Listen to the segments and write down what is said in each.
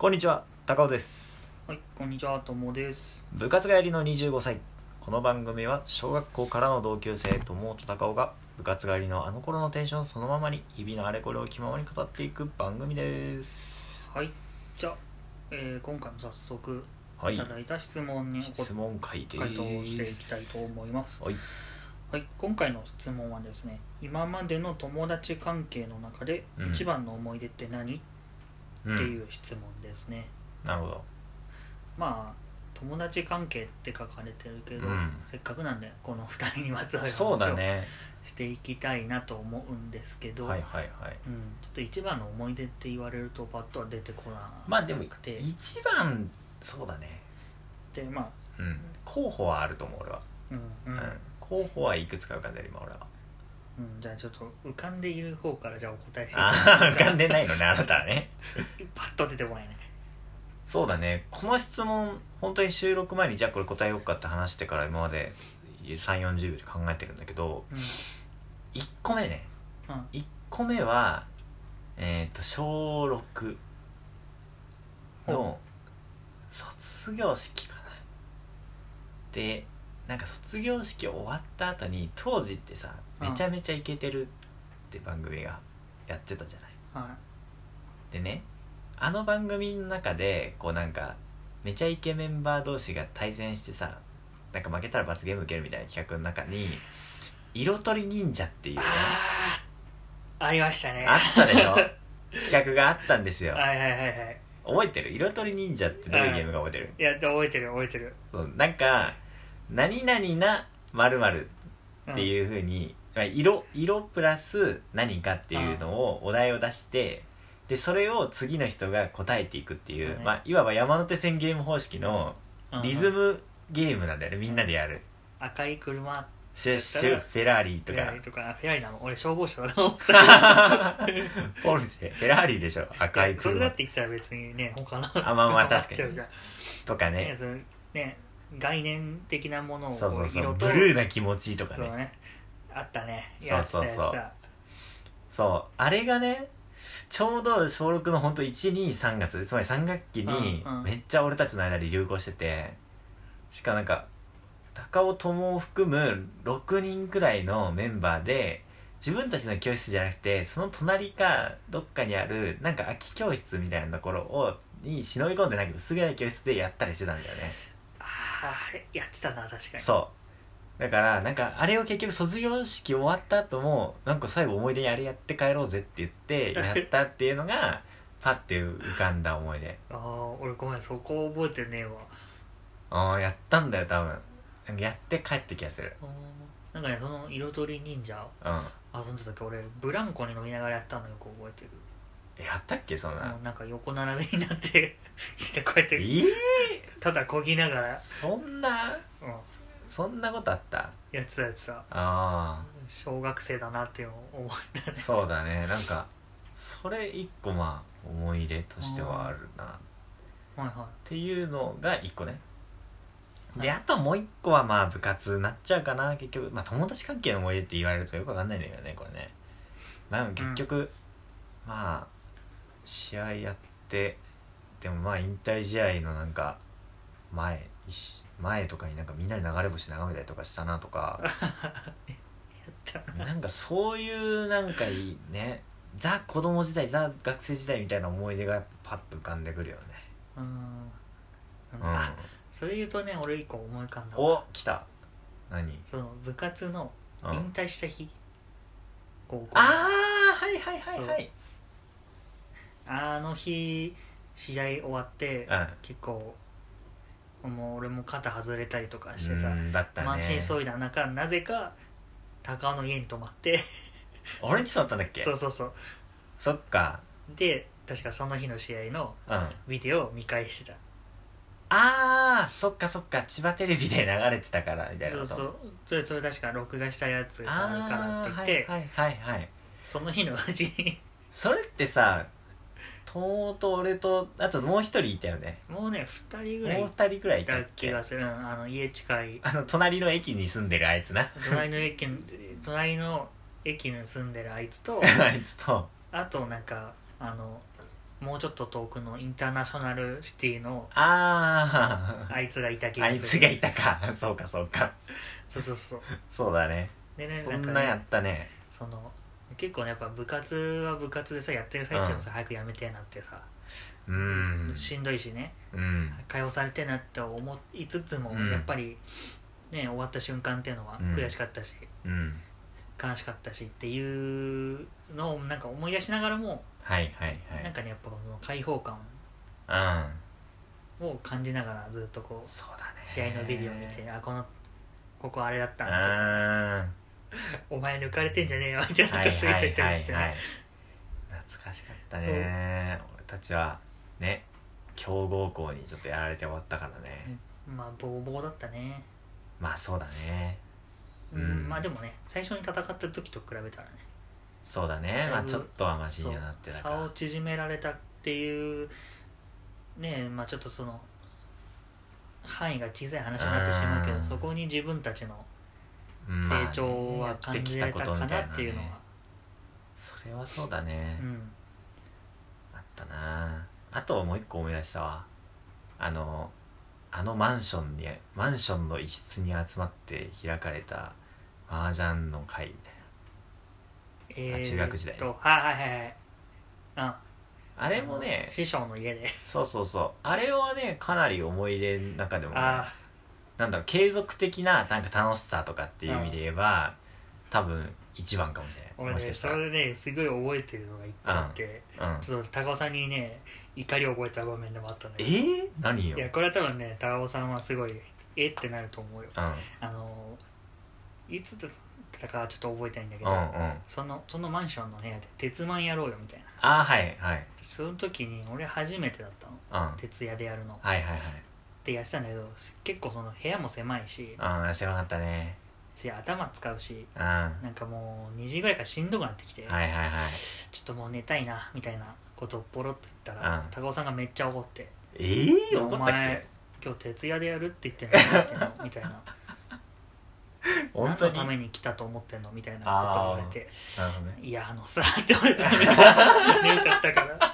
こんにちは、高尾です。 はい、こんにちは、ともです。 部活帰りの25歳。この番組は小学校からの同級生、友と高尾が部活帰りのあの頃のテンションそのままに日々のあれこれを気ままに語っていく番組です。 はい、じゃあ、今回も早速はいいただいた質問に質問会です。 回答をしていきたいと思います。 はい、 はい、今回の質問はですね、今までの友達関係の中で一番の思い出って何、っていう質問ですね。 なるほど。 まあ友達関係って書かれてるけど、せっかくなんでこの2人にまつわる話をしていきたいなと思うんですけど、 はいはいはい、 ちょっと一番の思い出って言われるとパッとは出てこなくて、 まあでも一番そうだね。 でまあ、 候補はあると思う俺は。候補はいくつか浮かんでる今俺は。 じゃあちょっと浮かんでいる方からじゃあお答えして浮かんでないのねあなたはねパッと出てこないね。 そうだね。この質問本当に収録前にじゃあこれ答えようかって話してから今まで 3,40 秒で考えてるんだけど、1個目ね、1個目は小6の卒業式かな。でなんか卒業式終わった後に当時ってさ、めちゃめちゃイケてるって番組がやってたじゃない。でね、あの番組の中でこうなんかめちゃイケメンバー同士が対戦してさ、なんか負けたら罰ゲーム受けるみたいな企画の中に色とり忍者っていうね、 ありましたね。 あったでしょ企画があったんですよ。 はいはいはいはい。 覚えてる？色とり忍者ってどういうゲームが覚えてる？ いや覚えてる。 そうなんか何々な〇〇っていう風に、色プラス何かっていうのをお題を出して、でそれを次の人が答えていくっていう、いわば山手線ゲーム方式のリズムゲームなんだよね。みんなでやる。 赤い車シュッシュフェラーリとか。 フェラーリなの？俺消防車だと思ってたポルシェフェラーリでしょ、赤い車。 それだって言ったら別にね、他のまあ確かにとかね、 概念的なものをそうブルーな気持ちとかね。 そうね、あったね。 そうあれがね、ちょうど小6のほんと 1,2,3 月、つまり3学期にめっちゃ俺たちの間で流行してて、しかもなんか高尾友を含む6人くらいのメンバーで、自分たちの教室じゃなくてその隣かどっかにあるなんか空き教室みたいなところに忍び込んで、なんか薄暗い教室でやったりしてたんだよね。 やってたな、確かに。 そうだからなんかあれを結局卒業式終わった後もなんか最後思い出にあれやって帰ろうぜって言ってやったっていうのがパッて浮かんだ思い出。 俺ごめん、そこ覚えてねえわ。 やったんだよ多分。なんかやって帰った気がする。 なんかね、その色とり忍者遊んでた時、俺ブランコに乗りながらやったのよく覚えてる。 やったっけそんな。 なんか横並びになってしてこうやってただこぎながら。 そんなことあった？ やってた。小学生だなっていうのを思ったね。 そうだね。なんかそれ一個思い出としてはあるな。っていうのが一個ね。であともう一個は部活になっちゃうかな結局。友達関係の思い出って言われるとよくわかんないんだけどねこれね。結局試合やって、でも引退試合のなんか前とかになんかみんなで流れ星眺めたりとかしたなとかなんかそういうなんかいいね、ザ子供時代ザ学生時代みたいな思い出がパッと浮かんでくるよね。 それ言うとね、俺一個思い浮かんだ。 来た。何？ その部活の引退した日、高校。 はいあの日試合終わって、結構もう俺も肩外れたりとかしてさ、満身創痍な中、なぜか高尾の家に泊まって俺んち泊まったんだっけ？ そうそっか。で確かその日の試合のビデオを見返してた。 そっか千葉テレビで流れてたからみたいなこと。 それ確か録画したやつがあるからって言って、その日のうちにそれってさ、友と俺とあともう一人いたよね。 もうね2人ぐらいいた気がする。家近い隣の駅に住んでるあいつな。 隣の駅に住んでるあいつとあとなんかもうちょっと遠くのインターナショナルシティのあいつがいた気がする。 あいつがいたかそうかそうかそうそうそう。 そうだね。 でね、 そんなやったね。 その結構ねやっぱ部活は部活でさやってる最中もさ、早くやめてえなってさ、しんどいしね、解放されてえなって思いつつも、やっぱりね終わった瞬間っていうのは悔しかったし、悲しかったしっていうのをなんか思い出しながらも、なんかねやっぱこの解放感を感じながらずっとこう、 そうだね、 試合のビデオを見て、ここあれだったなってお前抜かれてんじゃねえよみたいなこと言ったりして、 懐かしかったね。俺たちはね強豪校にちょっとやられて終わったからね。 まあボーボーだったね。 まあそうだね。 まあでもね最初に戦った時と比べたらね、 そうだね、まあちょっとはマシにはなってたから、 差を縮められたっていうね、まあちょっとその範囲が小さい話になってしまうけど、そこに自分たちの成長は感じられたかなっていうのは、 それはそうだね、あったな。あともう一個思い出したわ。あのマンションの一室に集まって開かれた麻雀の会みたいな、中学時代あれもね師匠の家でそうあれはねかなり思い出の中でもね、なんだろう、継続的ななんか楽しさとかっていう意味で言えば、多分一番かもしれない。 俺ねそれでねすごい覚えてるのが一個あって、ちょっと高尾さんにね怒りを覚えた場面でもあったんだけど、 何よ。 いやこれは多分ね高尾さんはすごいってなると思うよ、いつだったかはちょっと覚えてないんだけど、そのマンションの部屋で鉄マンやろうよみたいな、その時に俺初めてだったの、徹夜でやるの、ってやってたんだけど、結構その部屋も狭いし、 狭かったね、 頭使うし、なんかもう2時ぐらいからしんどくなってきて、ちょっともう寝たいなみたいなことをポロッと言ったら、高尾さんがめっちゃ怒って、 怒ったっけ、 今日徹夜でやるって言ってんのやってんのみたいな何のために来たと思ってんのみたいなことを言われて、いやさって言われて眠かったから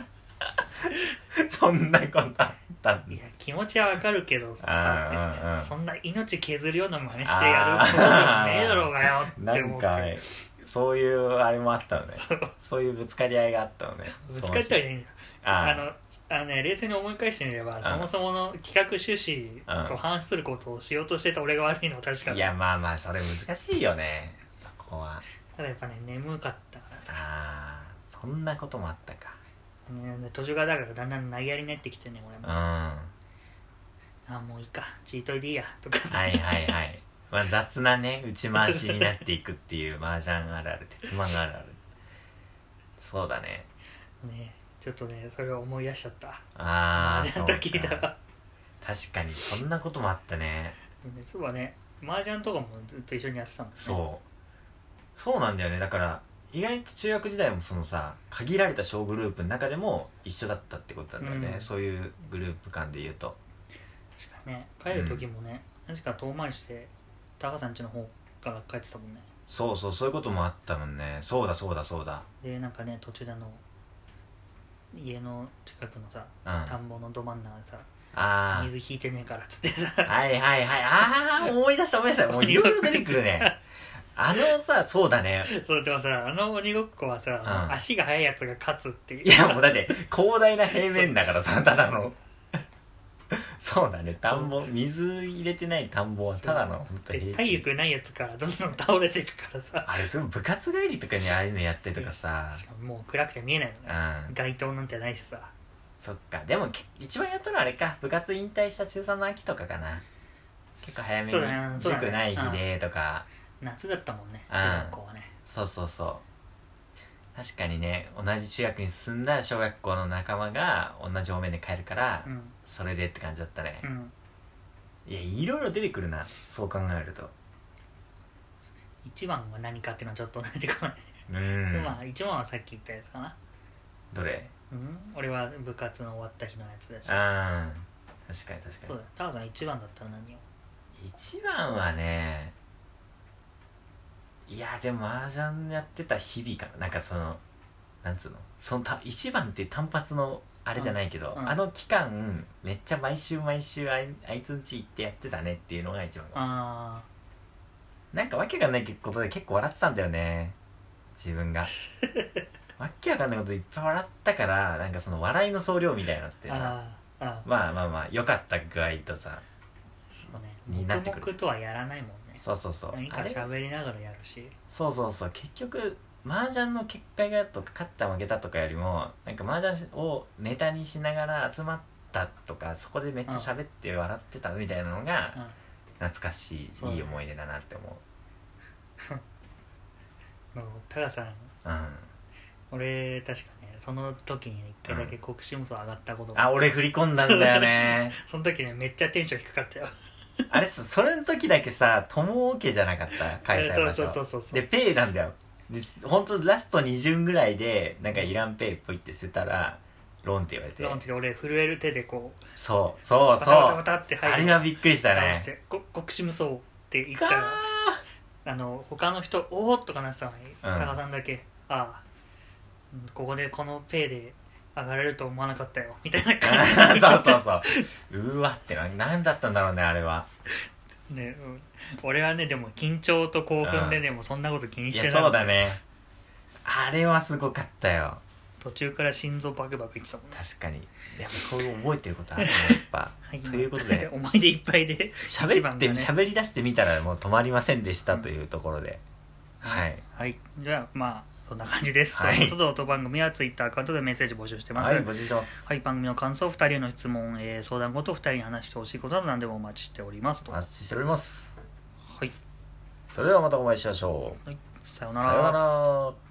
そんなことあったんだ。 いや気持ちはわかるけどさって、そんな命削るような真似してやることでもねえだろうがよって思って、なんかそういうあれもあったのね。そういうぶつかり合いがあったのね。 ぶつかったりないんだ。冷静に思い返してみれば、そもそもの企画趣旨と反することをしようとしてた俺が悪いのは確かに。 いやまあそれ難しいよね、そこは。 ただやっぱね眠かったからさ。 そんなこともあったか。 途中からだからだんだん投げやりになってきてね俺も。もういいかチートいでいいやとかさ。 まあ雑なね打ち回しになっていくっていう麻雀あるある、鉄マンあるある。そうだね。 ちょっとねそれを思い出しちゃった。 麻雀と聞いたら確かにそんなこともあったね。 そうはね、麻雀とかもずっと一緒にやってたもんね。 そうなんだよね。だから意外と中学時代もそのさ限られた小グループの中でも一緒だったってことなんだよね、そういうグループ間で言うと。確かにね、帰る時もね、確か遠回りして高さん家の方から帰ってたもんね。 そういうこともあったもんね。そうだでなんかね途中で家の近くのさ、田んぼのど真ん中でさ、水引いてねえからっつってさ、 思い出したもういろいろ出てくるねそうだね。 でもさ鬼ごっこはさ、足が速いやつが勝つっていう。 いやもうだって広大な平面だからさ、ただのそうだね、田んぼ、水入れてない田んぼはただの本当に体力ないやつからどんどん倒れていくからさ、 あれすごい部活帰りとかにああいうのやってとかさ、 しかももう暗くて見えないのね、街灯なんてないしさ。 そっか、でも一番やったのはあれか、部活引退した中3の秋とかかな。結構早めに塾ない日でとか、 夏だったもんね、中学校はね。 そう確かにね、同じ中学に進んだ小学校の仲間が同じ方面で帰るから、それでって感じだったね。いやいろいろ出てくるな、そう考えると。 一番は何かっていうのはちょっと出てこないね。まあ一番はさっき言ったやつかな。 どれ？ 俺は部活の終わった日のやつだし。 確かにそうだ、タワさん一番だったら何を？ 一番はね、いやでも麻雀やってた日々かな。なんかそのなんつうのその一番って単発のあれじゃないけど、あの期間めっちゃ毎週あいつん家行ってやってたねっていうのが一番かもしれない。なんかわけがないことで結構笑ってたんだよね自分がわけわかんないこといっぱい笑ったから、なんかその笑いの総量みたいなのってさまあ良かった具合とさそうねになってくる。黙々とはやらないもんね。 そう何か喋りながらやるし。 そう結局麻雀の結果がとか勝った負けたとかよりもなんか麻雀をネタにしながら集まったとかそこでめっちゃ喋って笑ってたみたいなのが懐かしい、いい思い出だなって思う。タカさん、俺確かねその時に一回だけ国士無双上がったことが俺振り込んだんだよねその時ねめっちゃテンション低かったよあれさそれの時だけさ友家じゃなかった開催場所そうでペイなんだよ。で本当ラスト2巡ぐらいでなんかイランペイポイって捨てたらロンって言われて、 ロンって俺震える手でこうそうバタバタバタって入る、 あれはびっくりしたね。 国士無双って言ったら他の人おーっとかなってたのに、タカさんだけここでこのペイで上がれると思わなかったよみたいな感じそううわって何だったんだろうねあれはね、俺はねでも緊張と興奮でね、もうそんなこと気にしてない。 いやそうだねあれはすごかったよ。 途中から心臓バクバクいってたもんね。 確かに。でもそういう覚えてることあるねやっぱ、はい、ということで思い出いっぱいで喋り出してみたらもう止まりませんでしたというところで、はいじゃあまあそんな感じです、ということで音番組はツイッターアカウントでメッセージ募集してます。 募集してます。 番組の感想、2人への質問、相談事、2人に話してほしいことなど何でもお待ちしておりますと。 お待ちしております。 はい、 それではまたお会いしましょう。 さようなら。